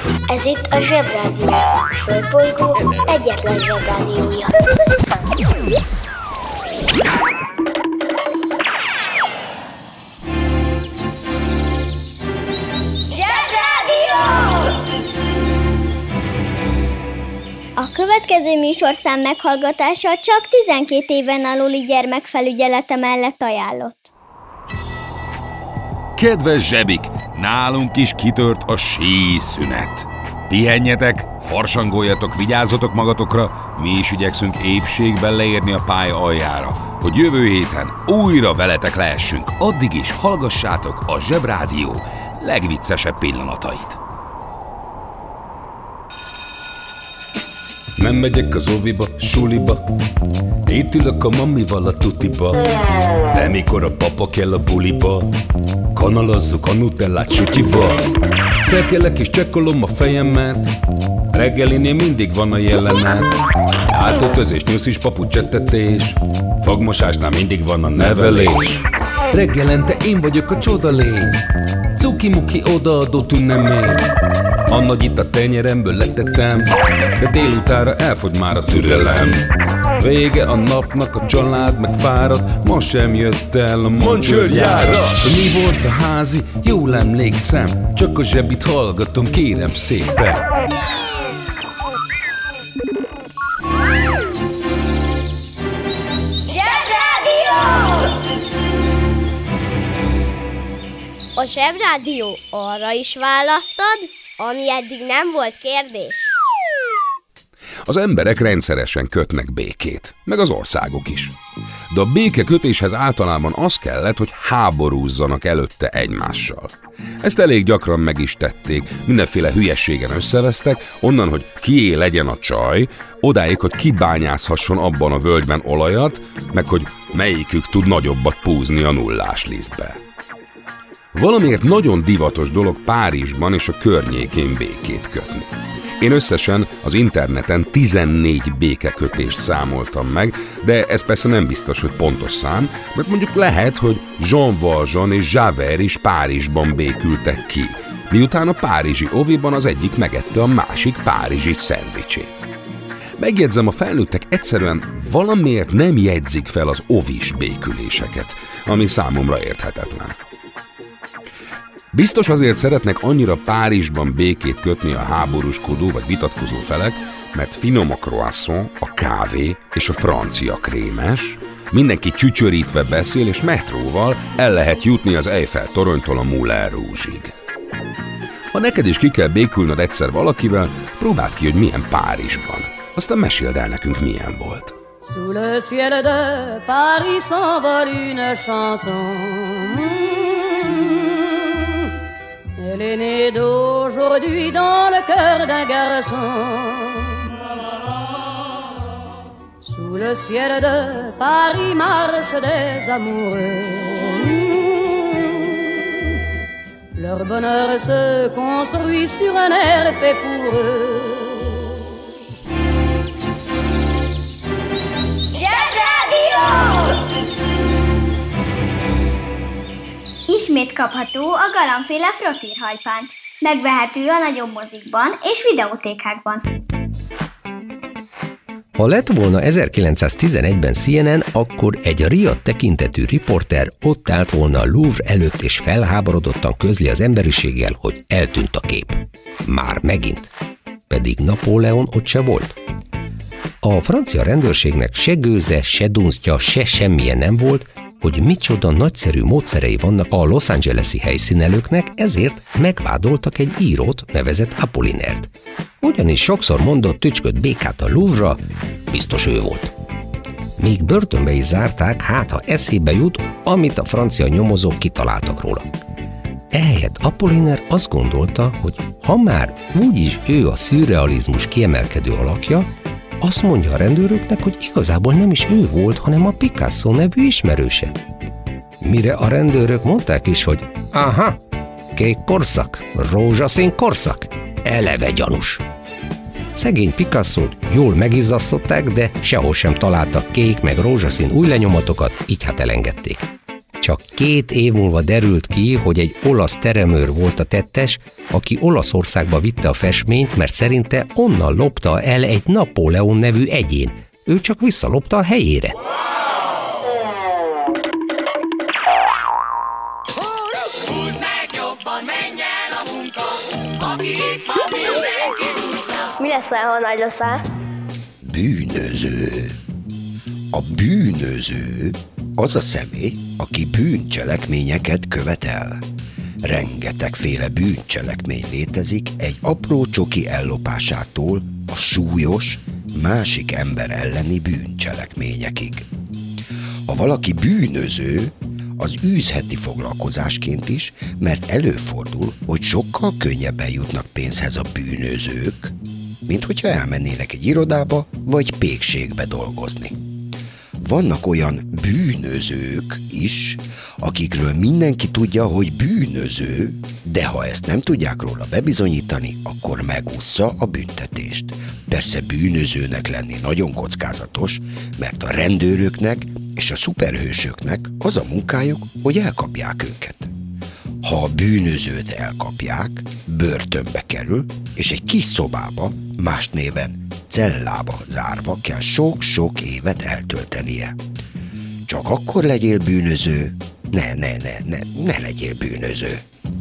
Ez itt a Zsebrádió, a Földbolygó egyetlen Zsebrádiója. A következő műsorszám meghallgatása csak 12 éven aluli gyermekfelügyelete mellett ajánlott. Kedves zsebik, nálunk is kitört a síszünet. Pihenjetek, farsangoljatok, vigyázzatok magatokra, mi is igyekszünk épségben leérni a pálya aljára, hogy jövő héten újra veletek lehessünk. Addig is hallgassátok a Zsebrádió legviccesebb pillanatait. Nem megyek az óviba, suliba, itt ülök a mamival a tutiba, de mikor a papa kell a buliba, kanalazzuk a nutellát sütyiba. Felkelek és csekkolom a fejemet, reggelinél mindig van a jelenet. Átöltözés, nyuszis, papucsettetés, fogmosásnál mindig van a nevelés. Reggelente én vagyok a csodalény, cuki-muki odaadó tünemény. A nagy itt a tenyeremből letettem, de délutára elfogy már a türelem. Vége a napnak, a család meg fárad, ma sem jött el a mancsőrjárat. Mi volt a házi? Jól emlékszem, csak a zsebit hallgatom, kérem szépen. A Zsebrádió arra is választad, ami eddig nem volt kérdés. Az emberek rendszeresen kötnek békét, meg az országok is. De a békekötéshez általában az kellett, hogy háborúzzanak előtte egymással. Ezt elég gyakran meg is tették, mindenféle hülyességen összevesztek, onnan, hogy kié legyen a csaj, odáig, hogy kibányázhasson abban a völgyben olajat, meg hogy melyikük tud nagyobbat púzni a nullás lisztbe. Valamiért nagyon divatos dolog Párizsban és a környékén békét kötni. Én összesen az interneten 14 békekötést számoltam meg, de ez persze nem biztos, hogy pontos szám, mert mondjuk lehet, hogy Jean Valjean és Javert is Párizsban békültek ki, miután a párizsi oviban az egyik megette a másik párizsi szendvicsét. Megjegyzem, a felnőttek egyszerűen valamiért nem jegyzik fel az ovis béküléseket, ami számomra érthetetlen. Biztos azért szeretnek annyira Párizsban békét kötni a háborúskodó vagy vitatkozó felek, mert finom a croissant, a kávé és a francia krémes, mindenki csücsörítve beszél, és metróval el lehet jutni az Eiffel toronytól a Moulin Rouge-ig. Ha neked is ki kell békülnöd egyszer valakivel, próbáld ki, hogy milyen Párizsban. Aztán meséld el nekünk, milyen volt. Sous le ciel de Paris s'envole une chanson. Elle est née d'aujourd'hui dans le cœur d'un garçon. Sous le ciel de Paris marchent des amoureux. Leur bonheur se construit sur un air fait pour eux. Ismét kapható a Galambféle Frottírhajpánt. Megvehető a nagyobb mozikban és videótékákban. Ha lett volna 1911-ben CNN, akkor egy riadt tekintetű riporter ott állt volna a Louvre előtt, és felháborodottan közli az emberiséggel, hogy eltűnt a kép. Már megint. Pedig Napóleon ott se volt. A francia rendőrségnek se gőze, se dunsztja, se semmilyen nem volt, hogy micsoda nagyszerű módszerei vannak a Los Angeles-i helyszínelőknek, ezért megvádoltak egy írót, nevezett Apollinairt. Ugyanis sokszor mondott tücskött békát a Louvre-ra, biztos ő volt. Még börtönbe is zárták, hát ha eszébe jut, amit a francia nyomozók kitaláltak róla. Ehelyett Apollinaire azt gondolta, hogy ha már úgyis ő a szürrealizmus kiemelkedő alakja, azt mondja a rendőröknek, hogy igazából nem is ő volt, hanem a Picasso nevű ismerőse. Mire a rendőrök mondták is, hogy aha, kék korszak, rózsaszín korszak, eleve gyanús. Szegény Picassót jól megizzasztották, de sehol sem találtak kék meg rózsaszín új lenyomatokat, így hát elengedték. Csak 2 év múlva derült ki, hogy egy olasz teremőr volt a tettes, aki Olaszországba vitte a festményt, mert szerinte onnan lopta el egy Napóleon nevű egyén. Ő csak visszalopta a helyére. Mi leszel, ha nagy leszel? Bűnöző. A bűnöző az a személy, aki bűncselekményeket követel. Rengetegféle bűncselekmény létezik egy apró csoki ellopásától a súlyos, másik ember elleni bűncselekményekig. Ha valaki bűnöző, az űzheti foglalkozásként is, mert előfordul, hogy sokkal könnyebben jutnak pénzhez a bűnözők, mint hogyha elmennének egy irodába vagy pékségbe dolgozni. Vannak olyan bűnözők is, akikről mindenki tudja, hogy bűnöző, de ha ezt nem tudják róla bebizonyítani, akkor megússza a büntetést. Persze bűnözőnek lenni nagyon kockázatos, mert a rendőröknek és a szuperhősöknek az a munkájuk, hogy elkapják őket. Ha a bűnözőt elkapják, börtönbe kerül, és egy kis szobába, más néven cellába zárva kell sok-sok évet eltöltenie. Csak akkor legyél bűnöző, ne legyél bűnöző.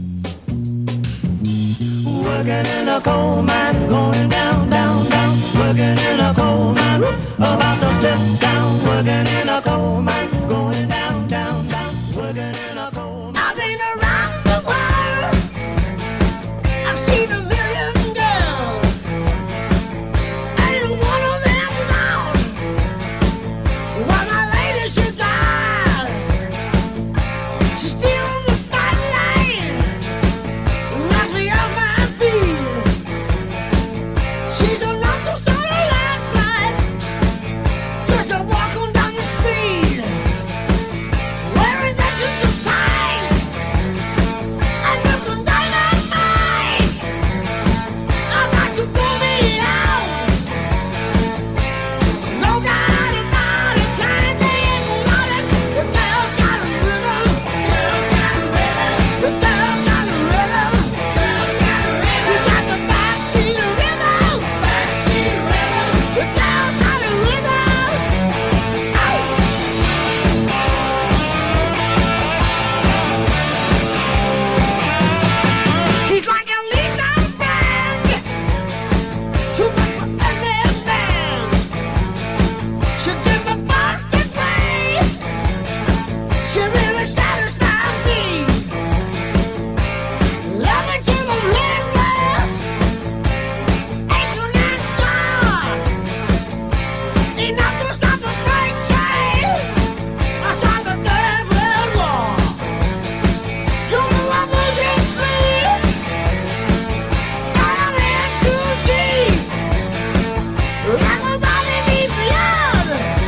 Working in a coal mine, going down, down, down. Working in a coal mine, about to step down. Working in a coal mine, going down, down, down. Working in a coal mine. I've been around the world. I've seen a million girls. Ain't one of them gone. While my lady, she's gone. She's still in the spotlight. Knocks me off my feet. She's a rock star last night. Just a walking down the street. Wearing dresses so tight. And looking dynamite. I'm about to pull me out. No doubt about it. Time they ain't running. The girl's got a rhythm. Girl's got a rhythm. The girl's got a rhythm. Girl's got a rhythm. She got the backseat rhythm. Backseat rhythm. The girl's got a rhythm. She's like a lethal friend. Too much for any man. She give me fast and free. She really satisfied me. Love me till I'm landless. Aching and sore. Enough to stop the freight train. I start the Third World War. You know I'm losing sleep. But I'm in too deep. Like my body needs blood.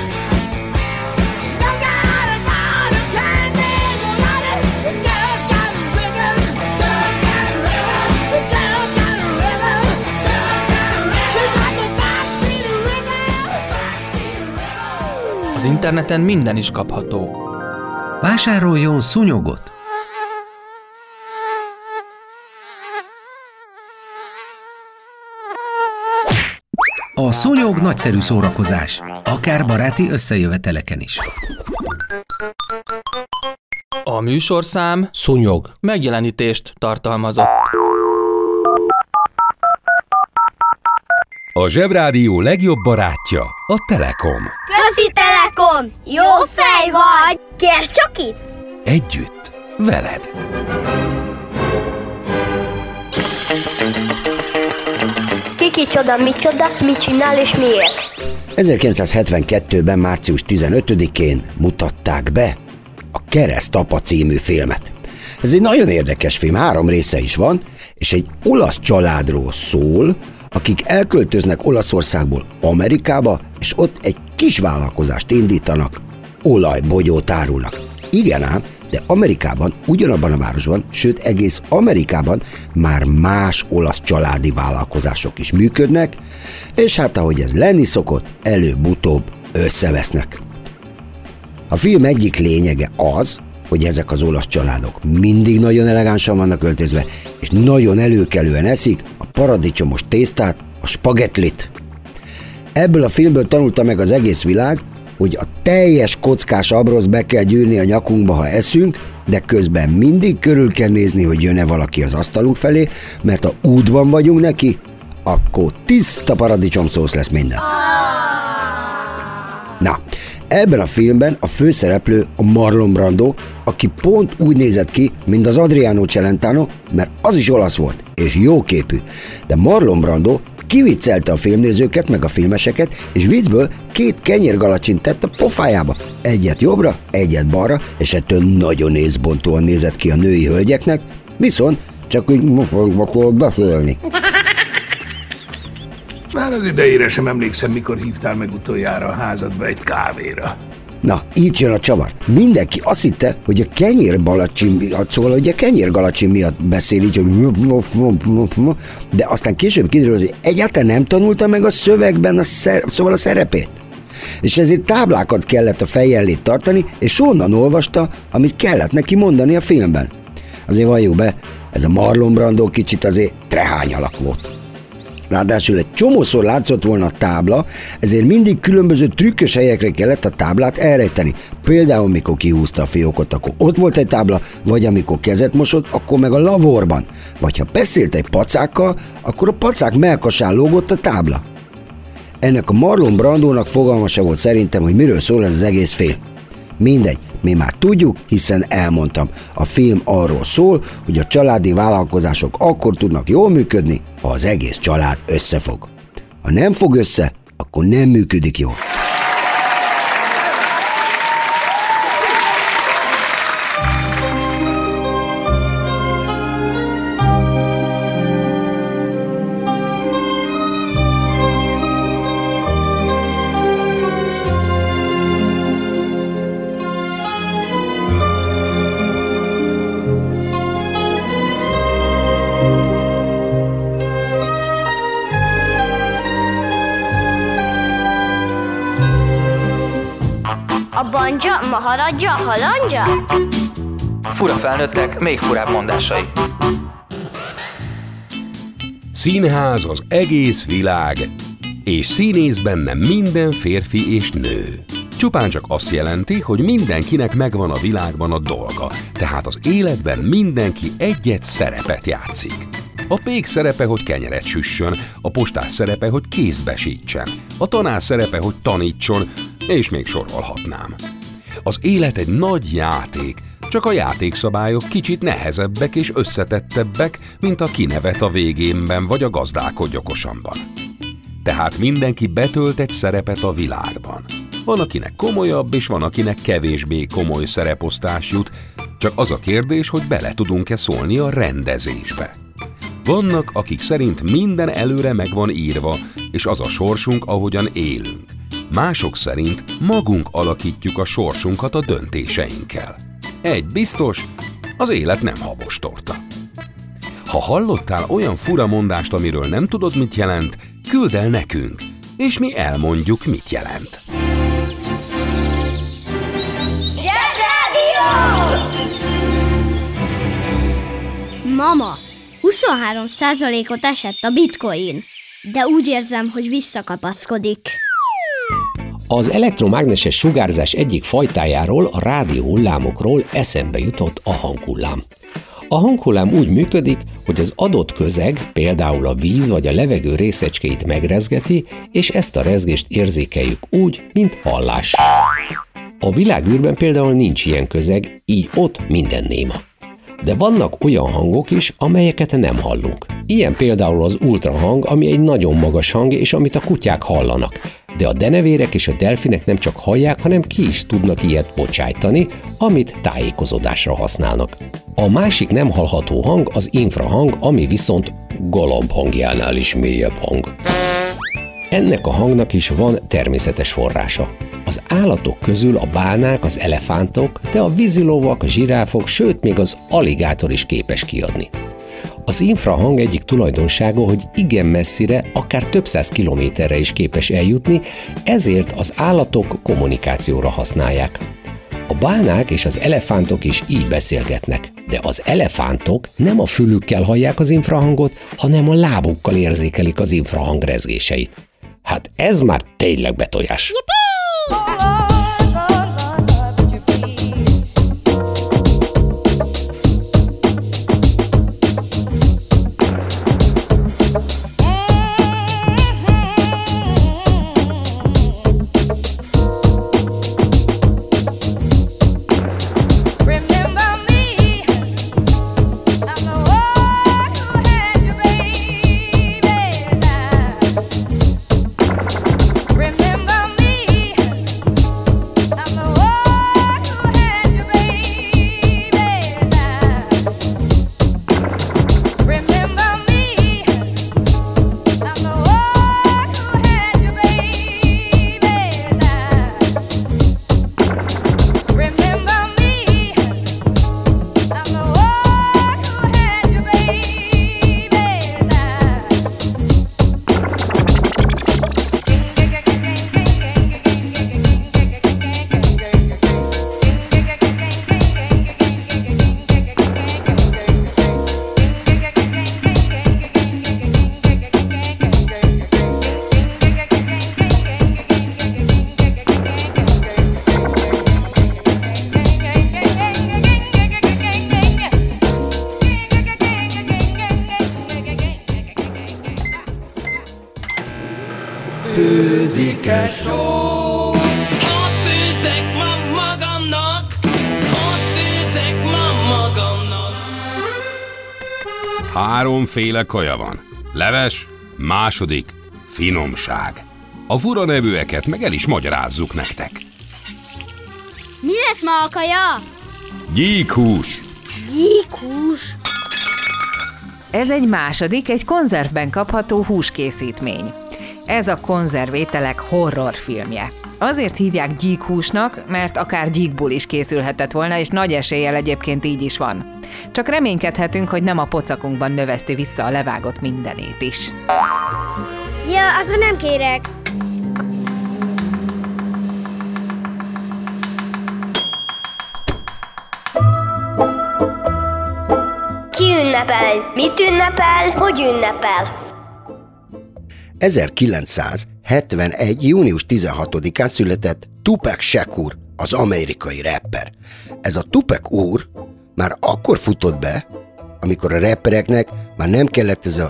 No doubt about it. Time they ain't running. The girl's got a rhythm. Girl's got a rhythm. The girl's got a rhythm. Girl's got a rhythm. She's like the backseat rhythm. Backseat rhythm. Az interneten minden is kapható. Vásároljon szúnyogot! A szúnyog nagyszerű szórakozás, akár baráti összejöveteleken is. A műsorszám Szúnyog. megjelenítést tartalmazott. A Zsebrádió legjobb barátja a Telekom. Közi Telekom! Jó fej vagy! Kérd csak itt! Együtt, veled. Kicsoda, micsoda, mit csinál és miért? 1972-ben, március 15-én mutatták be a Keresztapa című filmet. Ez egy nagyon érdekes film, 3 része is van, és egy olasz családról szól, akik elköltöznek Olaszországból Amerikába, és ott egy kis vállalkozást indítanak, olajbogyót árulnak. Igen ám, de Amerikában, ugyanabban a városban, sőt egész Amerikában már más olasz családi vállalkozások is működnek, és hát ahogy ez lenni szokott, előbb-utóbb összevesznek. A film egyik lényege az, hogy ezek az olasz családok mindig nagyon elegánsan vannak öltözve, és nagyon előkelően eszik a paradicsomos tésztát, a spagettlit. Ebből a filmből tanulta meg az egész világ, hogy a teljes kockás abroszt be kell gyűrni a nyakunkba, ha eszünk, de közben mindig körül kell nézni, hogy jön-e valaki az asztalunk felé, mert ha útban vagyunk neki, akkor tiszta paradicsomszósz lesz minden. Na, ebben a filmben a főszereplő a Marlon Brando, aki pont úgy nézett ki, mint az Adriano Celentano, mert az is olasz volt, és jóképű. De Marlon Brando kiviccelte a filmnézőket, meg a filmeseket, és viccből 2 kenyérgalacsint tett a pofájába. Egyet jobbra, egyet balra, és ettől nagyon észbontóan nézett ki a női hölgyeknek, viszont csak úgy beszélni. Már az idejére sem emlékszem, mikor hívtál meg utoljára a házadba egy kávéra. Na, itt jön a csavar. Mindenki azt hitte, hogy a kenyérgalacsin miatt szól, hogy a kenyérgalacsin miatt beszél így, hogy de aztán később kiderült, hogy egyáltalán nem tanulta meg a szövegben szóval a szerepét. És ezért táblákat kellett a feje elé tartani, és onnan olvasta, amit kellett neki mondani a filmben. Azért valljuk be, ez a Marlon Brando kicsit azért trehány alak volt. Ráadásul egy csomószor látszott volna a tábla, ezért mindig különböző trükkös helyekre kellett a táblát elrejteni. Például, mikor kihúzta a fiókot, akkor ott volt egy tábla, vagy amikor kezet mosott, akkor meg a lavorban. Vagy ha beszélt egy pacákkal, akkor a pacák mellkasán lógott a tábla. Ennek a Marlon Brandónak fogalma se volt szerintem, hogy miről szól ez az egész film. Mindegy, mi már tudjuk, hiszen elmondtam. A film arról szól, hogy a családi vállalkozások akkor tudnak jól működni, ha az egész család összefog. Ha nem fog össze, akkor nem működik jól. A banja, maharadja, halandja? Fura felnőttek, még furább mondásai. Színház az egész világ, és színész benne minden férfi és nő. Csupán csak azt jelenti, hogy mindenkinek megvan a világban a dolga, tehát az életben mindenki egy-egy szerepet játszik. A pék szerepe, hogy kenyeret süssön, a postás szerepe, hogy kézbesítsen, a tanár szerepe, hogy tanítson, és még sorolhatnám. Az élet egy nagy játék, csak a játékszabályok kicsit nehezebbek és összetettebbek, mint a kinevet a végénben vagy a gazdálkodj okosanban. Tehát mindenki betölt egy szerepet a világban. Van, akinek komolyabb, és van, akinek kevésbé komoly szereposztás jut, csak az a kérdés, hogy bele tudunk-e szólni a rendezésbe. Vannak, akik szerint minden előre meg van írva, és az a sorsunk, ahogyan élünk. Mások szerint magunk alakítjuk a sorsunkat a döntéseinkkel. Egy biztos, az élet nem habostorta. Ha hallottál olyan fura mondást, amiről nem tudod, mit jelent, küldd el nekünk, és mi elmondjuk, mit jelent. Mama, 23%-ot esett a bitcoin, de úgy érzem, hogy visszakapaszkodik. Az elektromágneses sugárzás egyik fajtájáról, a rádióhullámokról eszembe jutott a hanghullám. A hanghullám úgy működik, hogy az adott közeg, például a víz vagy a levegő részecskéit megrezgeti, és ezt a rezgést érzékeljük úgy, mint hallás. A világűrben például nincs ilyen közeg, így ott minden néma. De vannak olyan hangok is, amelyeket nem hallunk. Ilyen például az ultrahang, ami egy nagyon magas hang, és amit a kutyák hallanak. De a denevérek és a delfinek nem csak hallják, hanem ki is tudnak ilyet bocsájtani, amit tájékozódásra használnak. A másik nem hallható hang az infrahang, ami viszont galamb hangjánál is mélyebb hang. Ennek a hangnak is van természetes forrása. Az állatok közül a bálnák, az elefántok, de a vízilovak, a zsiráfok, sőt még az aligátor is képes kiadni. Az infrahang egyik tulajdonsága, hogy igen messzire, akár több száz kilométerre is képes eljutni, ezért az állatok kommunikációra használják. A bálnák és az elefántok is így beszélgetnek, de az elefántok nem a fülükkel hallják az infrahangot, hanem a lábukkal érzékelik az infrahang rezgéseit. Hát ez már tényleg betojás. Főzike show. Hadd főzzek ma magamnak, hadd főzzek ma magamnak. 3 kaja van. Leves, második, finomság. A fura nevűeket meg el is magyarázzuk nektek. Mi lesz ma a kaja? Gyíkhús. Gyíkhús? Ez egy második, egy konzervben kapható húskészítmény. Ez a konzervételek horrorfilmje. Azért hívják gyíkhúsnak, mert akár gyíkból is készülhetett volna, és nagy eséllyel egyébként így is van. Csak reménykedhetünk, hogy nem a pocakunkban növeszti vissza a levágott mindenét is. Ja, akkor nem kérek. Ki ünnepel? Mit ünnepel? Hogy ünnepel? 1971. június 16-án született Tupac Shakur, az amerikai rapper. Ez a Tupac úr már akkor futott be, amikor a rappereknek már nem kellett ez a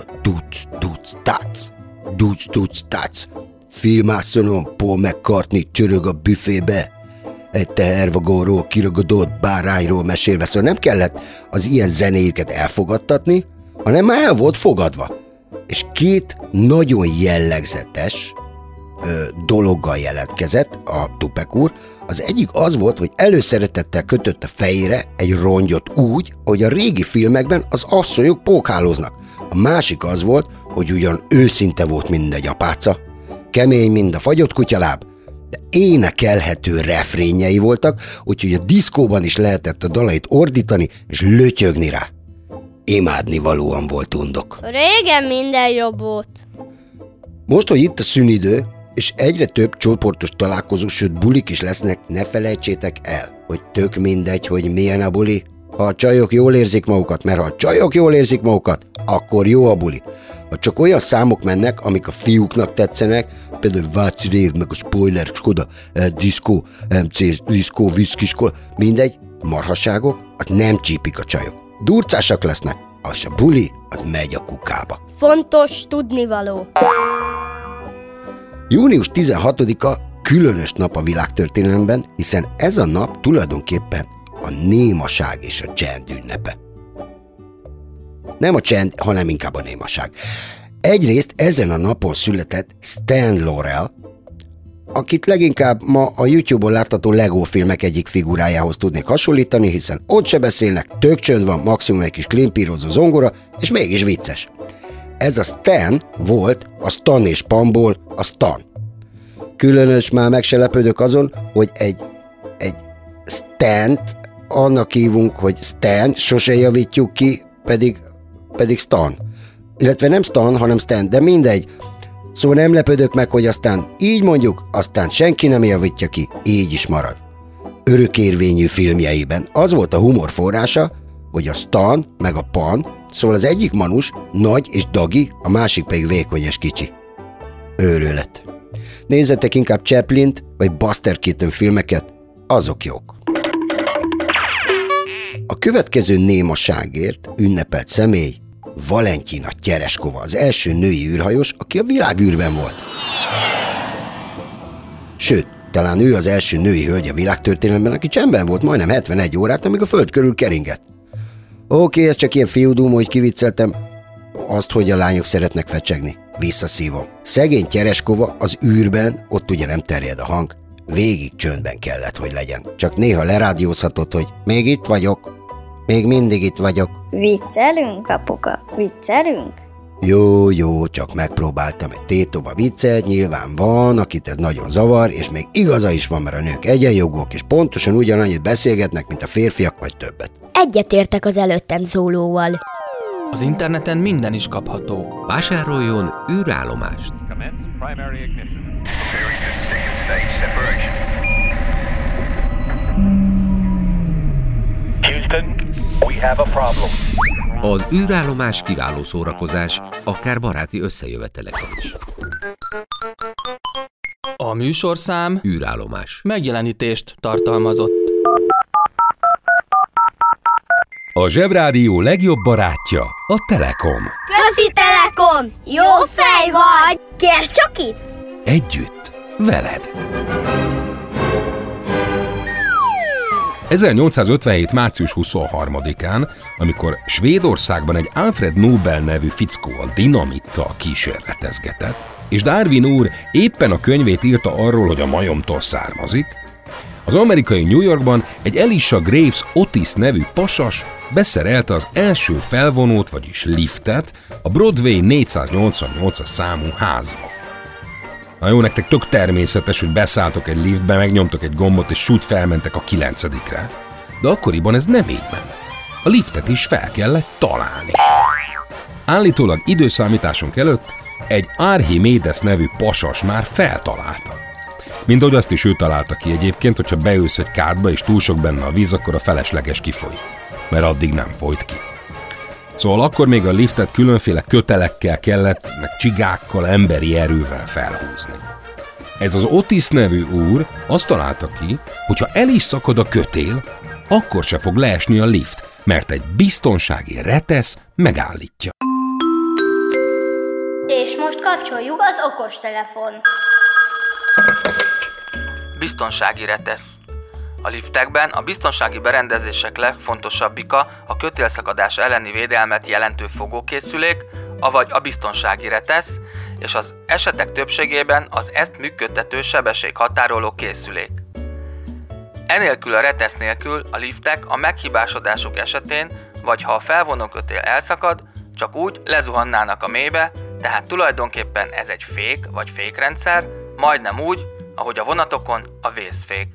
duc, filmászolom, Paul McCartney csörög a büfébe, egy tehervagonról kiragadott bárányról mesélve, szóval nem kellett az ilyen zenéjüket elfogadtatni, hanem már el volt fogadva. És 2 nagyon jellegzetes dologgal jelentkezett a Tupac úr. Az egyik az volt, hogy előszeretettel kötött a fejére egy rongyot úgy, ahogy a régi filmekben az asszonyok pókhálóznak. A másik az volt, hogy ugyan őszinte volt mindegy apáca, kemény, mind a fagyott kutyaláb, de énekelhető refrényei voltak, úgyhogy a diszkóban is lehetett a dalait ordítani és lötyögni rá. Imádnivalóan volt undok. Régen minden jobb volt. Most, hogy itt a szünidő, és egyre több csoportos találkozó, sőt bulik is lesznek, ne felejtsétek el, hogy tök mindegy, hogy milyen a buli. Ha a csajok jól érzik magukat, mert ha a csajok jól érzik magukat, akkor jó a buli. Ha csak olyan számok mennek, amik a fiúknak tetszenek, például Váci Rév, meg a Spoiler, Skoda, Disco, MC, Disco, Viszkiskola, mindegy, marhaságok, az nem csípik a csajok. Durcásak lesznek, az a buli, az megy a kukába. Fontos tudnivaló. Június 16-a különös nap a világtörténelemben, hiszen ez a nap tulajdonképpen a némaság és a csend ünnepe. Nem a csend, hanem inkább a némaság. Egyrészt ezen a napon született Stan Laurel, akit leginkább ma a YouTube-on látható Lego filmek egyik figurájához tudnék hasonlítani, hiszen ott se beszélnek, tök csönd van, maximum egy kis klimpírozó zongora, és mégis vicces. Ez a Stan volt a Stan és Panból a Stan. Különös, már meg se lepődök azon, hogy egy Stant annak hívunk, hogy Stan, sose javítjuk ki, pedig Stan. Illetve nem Stan, hanem Stan, de mindegy. Szóval nem lepődök meg, hogy aztán így mondjuk, aztán senki nem javítja ki, így is marad. örökérvényű filmjeiben az volt a humor forrása, hogy a Stan meg a Pan, szóval az egyik manus nagy és dagi, a másik pedig vékony és kicsi. Őrület. Nézzetek inkább Chaplint vagy Buster Keaton filmeket, azok jók. A következő némaságért ünnepelt személy Valentina Tereshkova, az első női űrhajós, aki a világűrben volt. Sőt, talán ő az első női hölgy a világtörténelemben, aki csendben volt majdnem 71 órát, amíg a föld körül keringett. Oké, ez csak ilyen fiúdúmó, hogy kivicceltem azt, hogy a lányok szeretnek fecsegni. Visszaszívom. Szegény Tereshkova az űrben, ott ugye nem terjed a hang, végig csöndben kellett, hogy legyen. Csak néha lerádiózhatott, hogy még itt vagyok, még mindig itt vagyok. Viccelünk, apuka? Viccelünk? Jó, csak megpróbáltam egy tétova viccet, nyilván van, akit ez nagyon zavar, és még igaza is van, mert a nők egyenjogúak, és pontosan ugyanannyit beszélgetnek, mint a férfiak, vagy többet. Egyetértek az előttem szólóval. Az interneten minden is kapható. Vásároljon űrállomást. Houston, we have a problem. Az űrállomás kiváló szórakozás, akár baráti összejöveteleken is. A műsorszám űrállomás megjelenítést tartalmazott. A Zsebrádió legjobb barátja a Telekom. Köszi Telekom! Jó fej vagy! Kérd csak itt! Együtt, veled. 1857. március 23-án, amikor Svédországban egy Alfred Nobel nevű fickó a dinamittal kísérletezgetett, és Darwin úr éppen a könyvét írta arról, hogy a majomtól származik, az amerikai New Yorkban egy Elisha Graves Otis nevű pasas beszerelte az első felvonót, vagyis liftet a Broadway 488-as számú házba. Na jó, nektek tök természetes, hogy beszálltok egy liftbe, megnyomtok egy gombot, és súgy felmentek a 9-re. De akkoriban ez nem így ment. A liftet is fel kellett találni. Állítólag időszámításunk előtt egy Archimedes nevű pasas már feltalálta. Mint ahogy azt is ő találta ki egyébként, hogyha beülsz egy kádba és túl sok benne a víz, akkor a felesleges kifolyik. Mert addig nem folyt ki. Szóval akkor még a liftet különféle kötelekkel kellett, meg csigákkal, emberi erővel felhúzni. Ez az Otis nevű úr azt találta ki, hogy ha el is szakad a kötél, akkor se fog leesni a lift, mert egy biztonsági retesz megállítja. És most kapcsoljuk az okostelefon. Biztonsági retesz. A liftekben a biztonsági berendezések legfontosabbika a kötélszakadás elleni védelmet jelentő fogókészülék, avagy a biztonsági retesz, és az esetek többségében az ezt működtető sebességhatároló készülék. Enélkül a retesz nélkül a liftek a meghibásodásuk esetén, vagy ha a felvonókötél elszakad, csak úgy lezuhannának a mélybe, tehát tulajdonképpen ez egy fék vagy fékrendszer, majdnem úgy, ahogy a vonatokon a vészfék.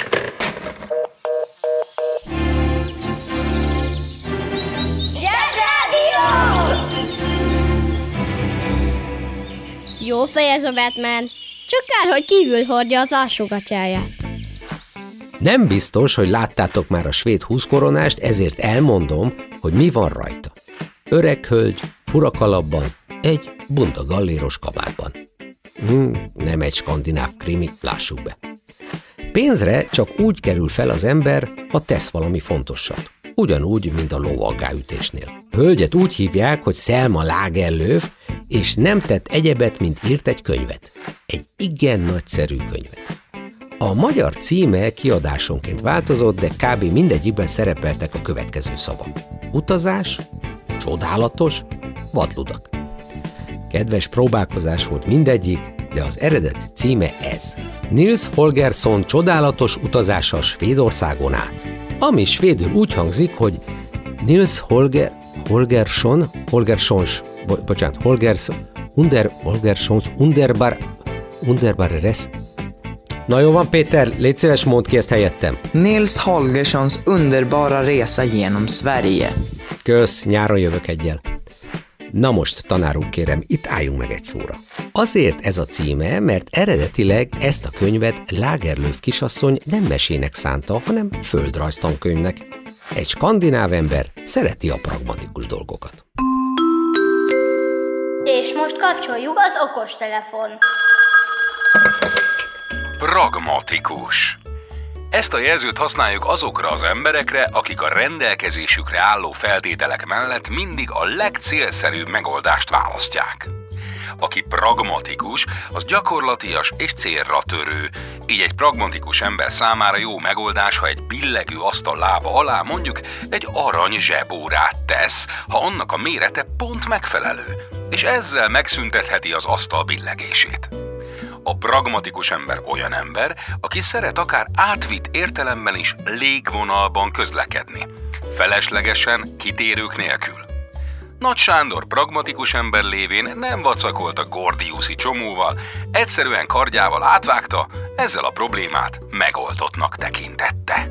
Jó fej ez a Batman, csak kár, hogy kívül hordja az alsógatyáját. Nem biztos, hogy láttátok már a svéd 20 koronást, ezért elmondom, hogy mi van rajta. Öreg hölgy, fura kalapban, egy bunda galléros kabátban. Nem egy skandináv krimi, lássuk be. Pénzre csak úgy kerül fel az ember, ha tesz valami fontosat. Ugyanúgy, mint a lóvalgáütésnél. A hölgyet úgy hívják, hogy Selma Lagerlöf, és nem tett egyebet, mint írt egy könyvet. Egy igen nagyszerű könyvet. A magyar címe kiadásonként változott, de kb. Mindegyikben szerepeltek a következő szavak. Utazás, csodálatos, vadludak. Kedves próbálkozás volt mindegyik, de az eredeti címe ez. Nils Holgersson csodálatos utazása Svédországon át. Ami svédül úgy hangzik, hogy Nils Holgerssons underbar res. Na jó van, Péter, légy szíves, mondd ki ezt helyettem. Nils Holgerssons underbara resa genom Sverige. Kösz, nyáron jövök egyel. Na most, tanár úr, kérem, itt álljunk meg egy szóra. Azért ez a címe, mert eredetileg ezt a könyvet Lagerlöf kisasszony nem mesének szánta, hanem földrajztankönyvnek. Egy skandináv ember szereti a pragmatikus dolgokat. És most kapcsoljuk az okostelefon. Pragmatikus. Ezt a jelzőt használjuk azokra az emberekre, akik a rendelkezésükre álló feltételek mellett mindig a legcélszerűbb megoldást választják. Aki pragmatikus, az gyakorlatias és célra törő. Így egy pragmatikus ember számára jó megoldás, ha egy billegő asztal lába alá mondjuk egy arany zsebórát tesz, ha annak a mérete pont megfelelő, és ezzel megszüntetheti az asztal billegését. A pragmatikus ember olyan ember, aki szeret akár átvitt értelemben is légvonalban közlekedni, feleslegesen, kitérők nélkül. Nagy Sándor pragmatikus ember lévén nem vacakolt a gordiuszi csomóval, egyszerűen kardjával átvágta, ezzel a problémát megoldottnak tekintette.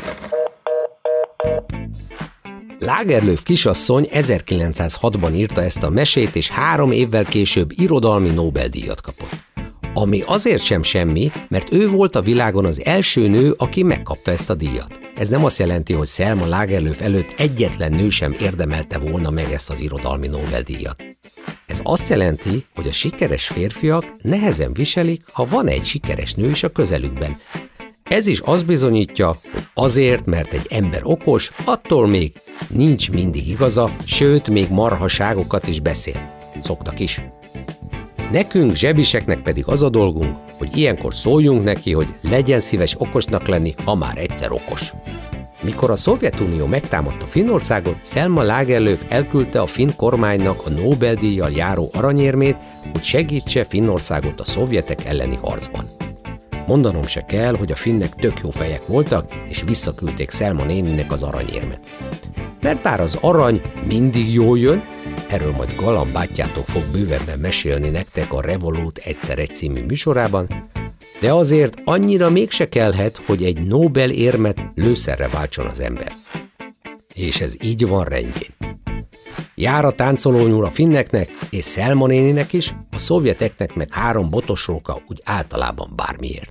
Lagerlöf kisasszony 1906-ban írta ezt a mesét, és 3 évvel később irodalmi Nobel-díjat kapott. Ami azért sem semmi, mert ő volt a világon az első nő, aki megkapta ezt a díjat. Ez nem azt jelenti, hogy Selma Lagerlöf előtt egyetlen nő sem érdemelte volna meg ezt az irodalmi Nobel-díjat. Ez azt jelenti, hogy a sikeres férfiak nehezen viselik, ha van egy sikeres nő is a közelükben. Ez is azt bizonyítja, hogy azért, mert egy ember okos, attól még nincs mindig igaza, sőt, még marhaságokat is beszél. Szoktak is. Nekünk, zsebiseknek pedig az a dolgunk, hogy ilyenkor szóljunk neki, hogy legyen szíves okosnak lenni, ha már egyszer okos. Mikor a Szovjetunió megtámadta Finnországot, Selma Lagerlöf elküldte a finn kormánynak a Nobel-díjjal járó aranyérmét, hogy segítse Finnországot a szovjetek elleni harcban. Mondanom se kell, hogy a finnek tök jó fejek voltak, és visszaküldték Selma néninek az aranyérmet. Mert bár az arany mindig jól jön, erről majd Galamb bátyjátok fog bővebben mesélni nektek a Revolut egyszer egy című műsorában, de azért annyira mégse kellhet, hogy egy Nobel-érmet lőszerre váltson az ember. És ez így van rendjén. Jár a táncolónyúl a finneknek és Selma néninek is, a szovjeteknek meg 3 botosróka úgy általában bármiért.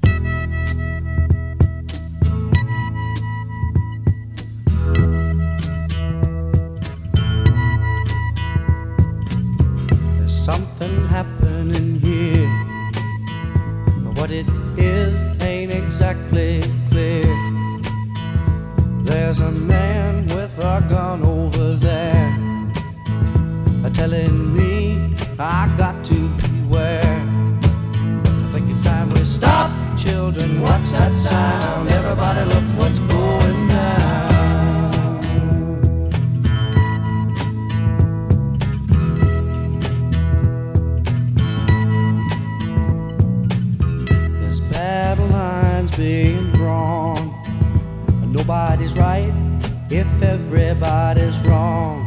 Something happening here. What it is ain't exactly clear. There's a man with a gun over there, telling me I got to beware. I think it's time we stop, children. What's that sound? Everybody look what's going down. Being drawn, nobody's right if everybody's wrong.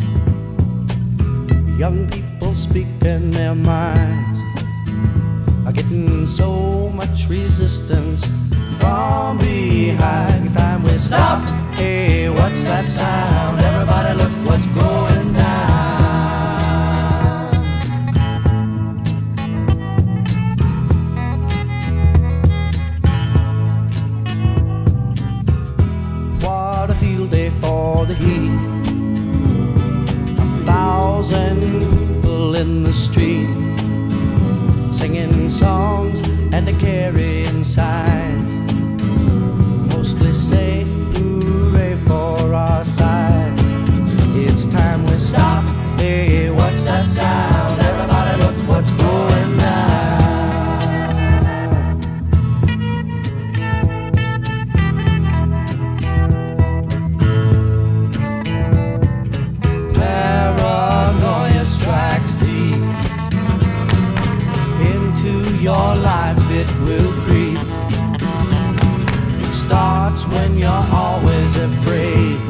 Young people speaking their minds are getting so much resistance from behind. Time we stop. Hey, what's that sound? Everybody look what's going down. For the heat, 1,000 people in the street, singing songs and carrying signs, mostly say hooray for our side. It's time we stop. Hey, what's that sound? Everybody look what's going down. Your life it will creep. It starts when you're always afraid.